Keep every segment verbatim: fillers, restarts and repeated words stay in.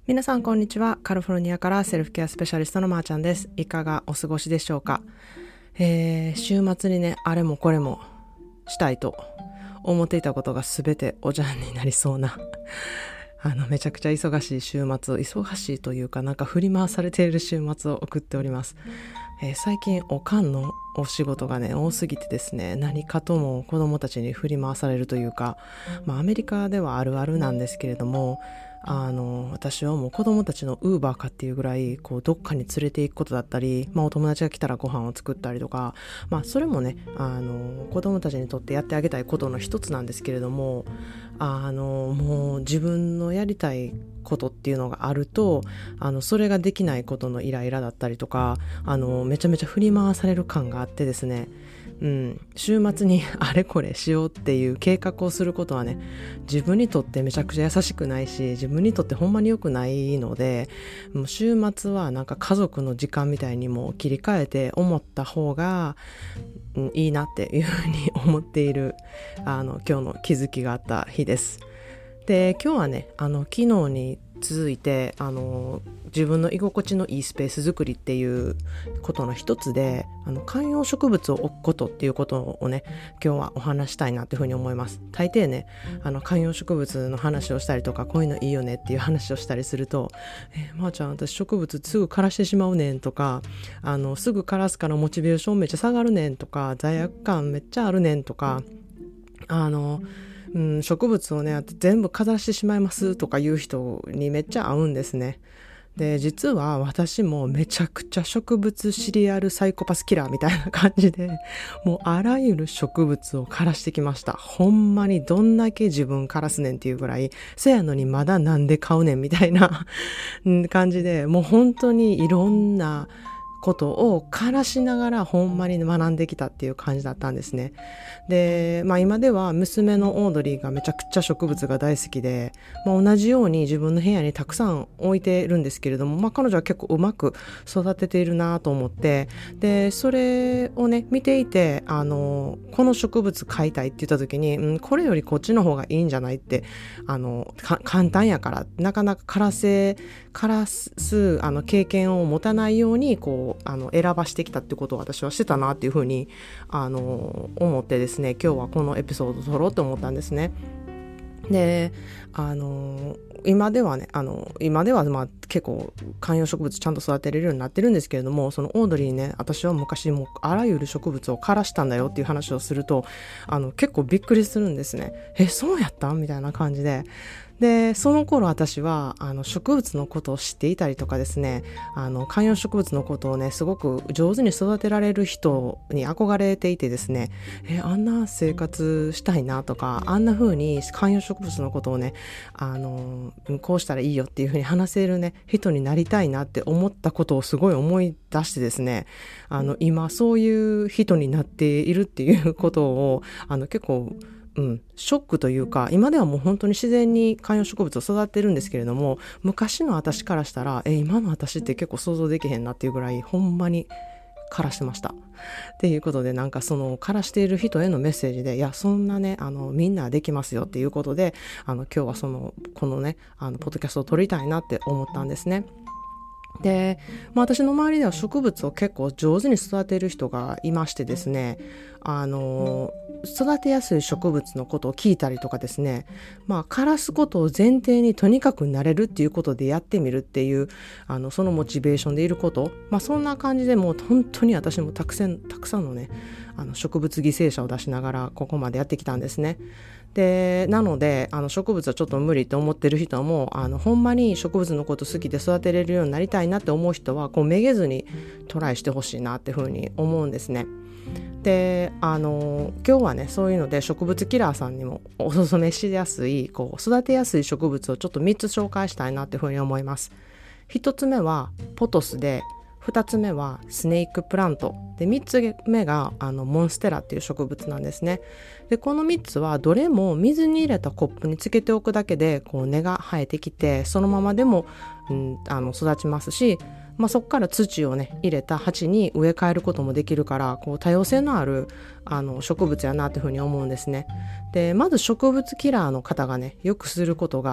皆さんこんにちは。カリフォルニアからセルフケアスペシャリストのまーちゃんです。いかがお過ごしでしょうか。えー、週末にねあれもこれもしたいと思っていたことが全ておじゃんになりそうなあのめちゃくちゃ忙しい週末を忙しいというかなんか振り回されている週末を送っております。えー、最近おかんのお仕事がね多すぎてですね、何かとも子供たちに振り回されるというか、まあアメリカではあるあるなんですけれども、あの私はもう子供たちのウーバーかっていうぐらいこうどっかに連れて行くことだったり、まあ、お友達が来たらご飯を作ったりとか、まあ、それもねあの子供たちにとってやってあげたいことの一つなんですけれども、あのもう自分のやりたいことっていうのがあるとあのそれができないことのイライラだったりとか、あのめちゃめちゃ振り回される感があってですね、うん、週末にあれこれしようっていう計画をすることはね自分にとってめちゃくちゃ優しくないし、自分にとってほんまに良くないので、もう週末はなんか家族の時間みたいにも切り替えて思った方が、うん、いいなっていうふうに思っているあの今日の気づきがあった日です。で今日はねあの昨日に続いてあの自分の居心地のいいスペース作りっていうことの一つで、あの観葉植物を置くことっていうことをね今日はお話したいなっていうふうに思います。大抵ねあの観葉植物の話をしたりとかこういうのいいよねっていう話をしたりすると、えー、まーちゃん私植物すぐ枯らしてしまうねんとか、あのすぐ枯らすからモチベーションめっちゃ下がるねんとか、罪悪感めっちゃあるねんとか、あのうん、植物をね全部飾らしてしまいますとかいう人にめっちゃ合うんですね。で実は私もめちゃくちゃ植物シリアルサイコパスキラーみたいな感じでもうあらゆる植物を枯らしてきました。ほんまにどんだけ自分枯らすねんっていうぐらい、せやのにまだなんで買うねんみたいな感じで、もう本当にいろんなことを枯らしながらほんまに学んできたっていう感じだったんですね。で、まあ今では娘のオードリーがめちゃくちゃ植物が大好きで、まあ、同じように自分の部屋にたくさん置いてるんですけれども、まあ彼女は結構うまく育てているなと思って、で、それをね、見ていて、あの、この植物飼いたいって言った時に、うん、これよりこっちの方がいいんじゃないって、あの、簡単やから、なかなか枯らせ、枯らす、あの、経験を持たないように、こう、あの選ばしてきたってことを私はしてたなっていうふうにあの思ってですね、今日はこのエピソードを撮ろうと思ったんですね。であの今ではねあの今ではまあ結構観葉植物ちゃんと育てれるようになってるんですけれども、そのオードリーね、私は昔もうあらゆる植物を枯らしたんだよっていう話をするとあの結構びっくりするんですね。えそうやったみたいな感じで、でその頃私はあの植物のことを知っていたりとかですね、あの観葉植物のことをねすごく上手に育てられる人に憧れていてですね、えあんな生活したいなとか、あんな風に観葉植物のことをねあのこうしたらいいよっていう風に話せるね人になりたいなって思ったことをすごい思い出してですね、あの今そういう人になっているっていうことをあの結構うん、ショックというか、今ではもう本当に自然に観葉植物を育てるんですけれども、昔の私からしたらえ今の私って結構想像できへんなっていうぐらいほんまに枯らしてましたっていうことで、なんかその枯らしている人へのメッセージで、いやそんなねあのみんなできますよっていうことで、あの今日はそのこのねあのポッドキャストを撮りたいなって思ったんですね。で、まあ、私の周りでは植物を結構上手に育てる人がいましてですね、あの育てやすい植物のことを聞いたりとかですね、まあ枯らすことを前提にとにかくなれるっていうことでやってみるっていうあのそのモチベーションでいること、まあそんな感じでもう本当に私もたくさんたくさんのねあの植物犠牲者を出しながらここまでやってきたんですね。でなのであの植物はちょっと無理って思ってる人もあのほんまに植物のこと好きで育てれるようになりたいなって思う人はこうめげずにトライしてほしいなっていうふうに思うんですね。であの今日はねそういうので植物キラーさんにもおすすめしやすいこう育てやすい植物をちょっとみっつ紹介したいなっていうふうに思います。ひとつめはポトスで、ふたつめはスネークプラントで、みっつめがあのモンステラっていう植物なんですね。でこのみっつはどれも水に入れたコップにつけておくだけでこう根が生えてきて、そのままでも、うん、あの育ちますし、まあ、そこから土をね入れた鉢に植え替えることもできるから、こう多様性のあるあの植物やなというふうに思うんですね。でまず植物キラーの方がねよくすることが、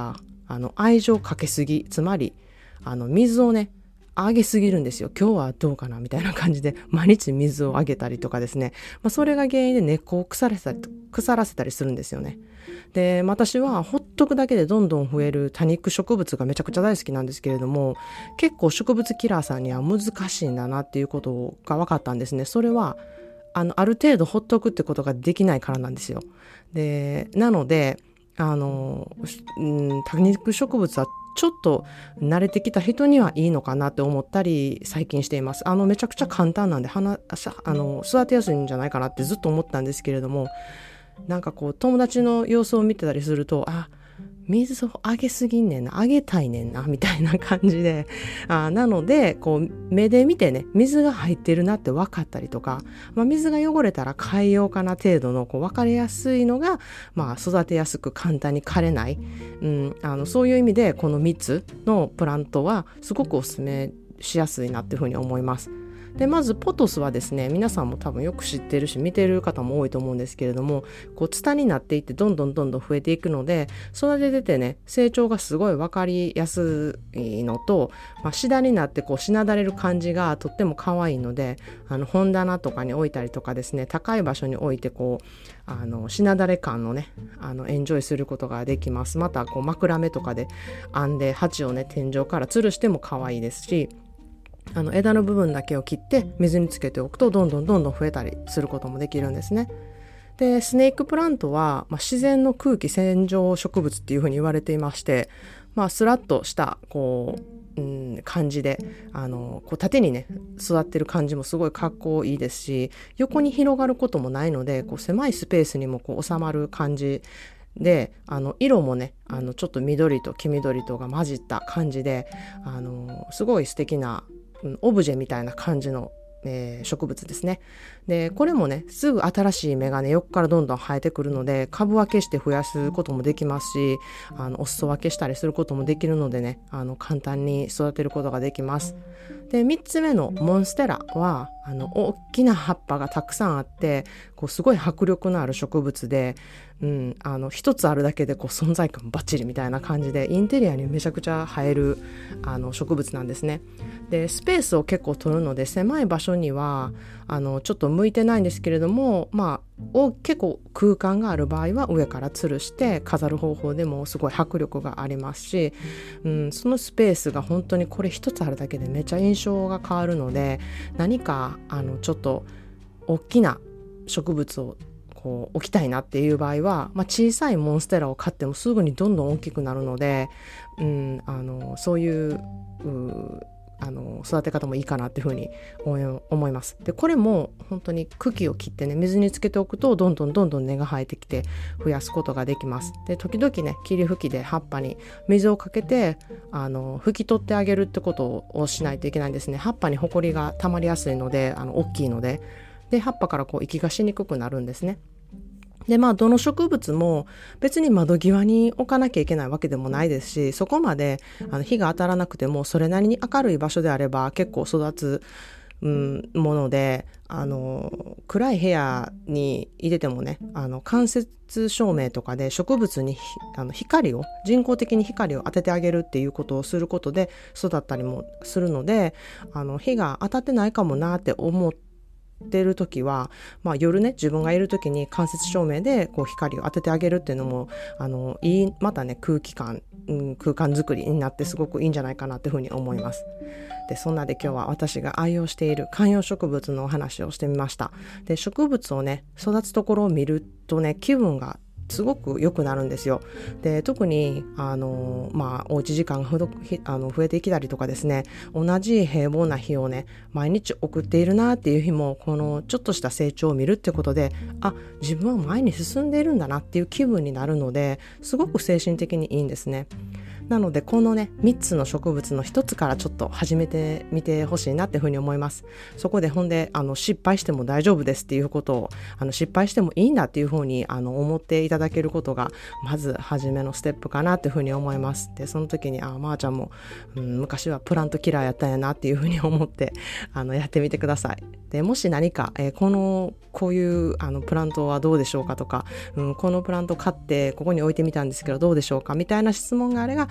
あの愛情かけすぎ、つまりあの水をねあげすぎるんですよ。今日はどうかなみたいな感じで毎日水をあげたりとかですね、まあ、それが原因で根っこを腐らせたり腐らせたりするんですよね。で、私はほっとくだけでどんどん増える多肉植物がめちゃくちゃ大好きなんですけれども、結構植物キラーさんには難しいんだなっていうことが分かったんですね。それはあのある程度ほっとくってことができないからなんですよ。で、なのであの、うん、多肉植物はちょっと慣れてきた人にはいいのかなって思ったり最近しています。あのめちゃくちゃ簡単なんで花あの育てやすいんじゃないかなってずっと思ったんですけれども、なんかこう友達の様子を見てたりすると、あ、水をあげすぎんねんな、あげたいねんなみたいな感じで、あなのでこう目で見てね、水が入ってるなって分かったりとか、まあ、水が汚れたら変えようかな程度のこう分かりやすいのが、まあ、育てやすく簡単に枯れない、うん、あのそういう意味でこのみっつのプラントはすごくおすすめしやすいなっていうふうに思います。で、まずポトスはですね、皆さんも多分よく知ってるし見てる方も多いと思うんですけれども、こうツタになっていってどんどんどんどん増えていくので、育てててね成長がすごい分かりやすいのと、まあ、シダになってこうしなだれる感じがとっても可愛いので、あの本棚とかに置いたりとかですね、高い場所に置いてこうあのしなだれ感のねあのエンジョイすることができます。またこう枕目とかで編んで鉢をね天井から吊るしても可愛いですし、あの枝の部分だけを切って水につけておくとどんどんどんどん増えたりすることもできるんですね。で、スネークプラントは、まあ、自然の空気洗浄植物っていうふうに言われていまして、まあ、スラッとしたこう、うん、感じであのこう縦にね育ってる感じもすごいかっこいいですし、横に広がることもないのでこう狭いスペースにもこう収まる感じで、あの色もねあのちょっと緑と黄緑とが混じった感じで、あのすごい素敵なオブジェみたいな感じの、えー、植物ですね。で、これもねすぐ新しい芽がね横からどんどん生えてくるので、株分けして増やすこともできますし、あのお裾分けしたりすることもできるのでね、あの簡単に育てることができます。で、みっつめのモンステラはあの大きな葉っぱがたくさんあって、こうすごい迫力のある植物で、うん、あの一つあるだけでこう存在感バッチリみたいな感じでインテリアにめちゃくちゃ映えるあの植物なんですね。で、スペースを結構取るので狭い場所にはあのちょっと向いてないんですけれども、まあお結構空間がある場合は上から吊るして飾る方法でもすごい迫力がありますし、うん、そのスペースが本当にこれ一つあるだけでめっちゃ印象が変わるので、何かあのちょっと大きな植物をこう置きたいなっていう場合は、まあ、小さいモンステラを買ってもすぐにどんどん大きくなるので、うん、あのそういう、うあの育て方もいいかなっていうふうに思います。で、これも本当に茎を切ってね水につけておくとどんどんどんどん根が生えてきて増やすことができます。で、時々ね霧吹きで葉っぱに水をかけてあの拭き取ってあげるってことをしないといけないんですね。葉っぱにホコリが溜まりやすいので、あの大きいので、で葉っぱからこう息がしにくくなるんですね。で、まあどの植物も別に窓際に置かなきゃいけないわけでもないですし、そこまであの日が当たらなくてもそれなりに明るい場所であれば結構育つ、うん、もので、あの暗い部屋に入れてもね、あの間接照明とかで植物にあの光を人工的に光を当ててあげるっていうことをすることで育ったりもするので、あの日が当たってないかもなって思っててる時は、まあ、夜ね自分がいる時に間接照明でこう光を当ててあげるっていうのもあのいいまたね空気感、うん、空間作りになってすごくいいんじゃないかなっていうふうに思います。で、そんなで今日は私が愛用している観葉植物のお話をしてみました。で、植物をね育つところを見るとね気分がすごく良くなるんですよ。で、特にあのまあおうち時間がふどあの増えてきたりとかですね、同じ平凡な日をね毎日送っているなっていう日もこのちょっとした成長を見るってことで、あ、自分は前に進んでいるんだなっていう気分になるので、すごく精神的にいいんですね。なのでこのねみっつの植物のひとつからちょっと始めてみてほしいなっていうふうに思います。そこでほんであの失敗しても大丈夫ですっていうことを、あの失敗してもいいんだっていうふうにあの思っていただけることがまず初めのステップかなっていうふうに思います。で、その時にあまーちゃんも、うん、昔はプラントキラーやったんやなっていうふうに思ってあのやってみてください。で、もし何か、えー、このこういうあのプラントはどうでしょうかとか、うん、このプラント買ってここに置いてみたんですけどどうでしょうかみたいな質問があれば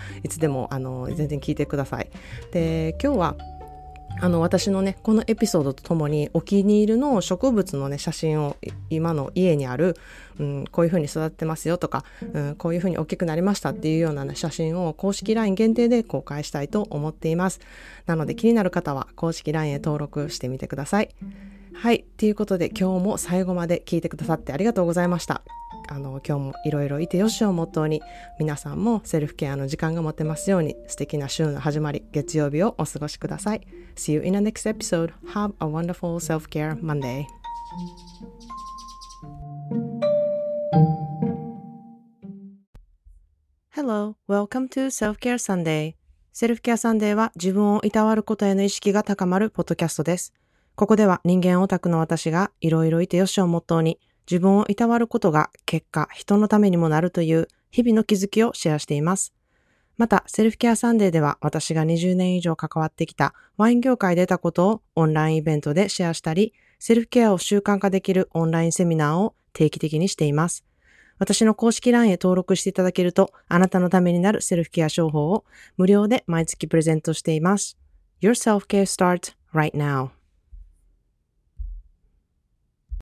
いつでもあの全然聞いてください。で、今日はあの私のねこのエピソードとともにお気に入りの植物のね写真を今の家にある、うん、こういう風に育ってますよとか、うん、こういう風に大きくなりましたっていうような、ね、写真を公式 ライン 限定で公開したいと思っています。なので気になる方は公式 ライン へ登録してみてください。はい、ということで今日も最後まで聞いてくださってありがとうございました。あの今日もいろいろいてよしをモットーに皆さんもセルフケアの時間が持てますように素敵な週の始まり月曜日をお過ごしください。 See you in the next episode. Have a wonderful self-care Monday. Hello, welcome to Self-Care Sunday. セルフケアサンデーは自分をいたわることへの意識が高まるポッドキャストです。ここでは人間オタクの私がいろいろいてよしをモットーに自分をいたわることが結果人のためにもなるという日々の気づきをシェアしています。またセルフケアサンデーでは私がにじゅうねん以上関わってきたワイン業界で得たことをオンラインイベントでシェアしたり、セルフケアを習慣化できるオンラインセミナーを定期的にしています。私の公式 ライン へ登録していただけるとあなたのためになるセルフケア商法を無料で毎月プレゼントしています。Your self-care starts right now.